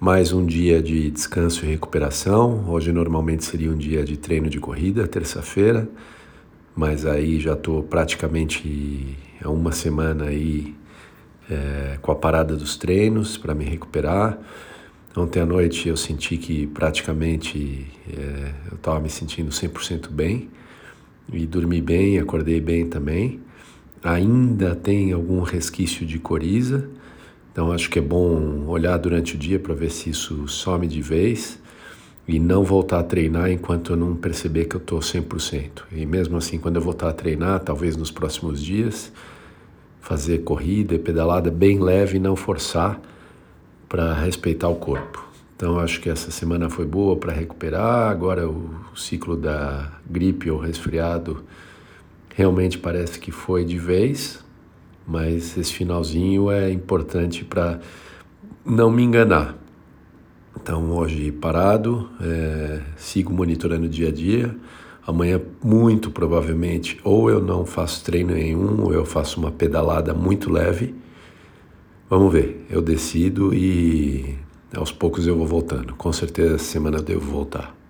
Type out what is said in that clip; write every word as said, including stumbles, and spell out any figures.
Mais um dia de descanso e recuperação. Hoje normalmente seria um dia de treino de corrida, terça-feira, mas aí já estou praticamente há uma semana aí é, com a parada dos treinos para me recuperar. Ontem à noite eu senti que praticamente é, eu estava me sentindo cem por cento bem e dormi bem, acordei bem também. Ainda tem algum resquício de coriza, então acho que é bom olhar durante o dia para ver se isso some de vez e não voltar a treinar enquanto eu não perceber que eu estou cem por cento. E mesmo assim, quando eu voltar a treinar, talvez nos próximos dias, fazer corrida e pedalada bem leve e não forçar para respeitar o corpo. Então acho que essa semana foi boa para recuperar. Agora o ciclo da gripe ou resfriado realmente parece que foi de vez, mas esse finalzinho é importante para não me enganar. Então hoje parado, é, sigo monitorando o dia a dia. Amanhã muito provavelmente ou eu não faço treino nenhum ou eu faço uma pedalada muito leve. Vamos ver, eu decido e aos poucos eu vou voltando. Com certeza essa semana eu devo voltar.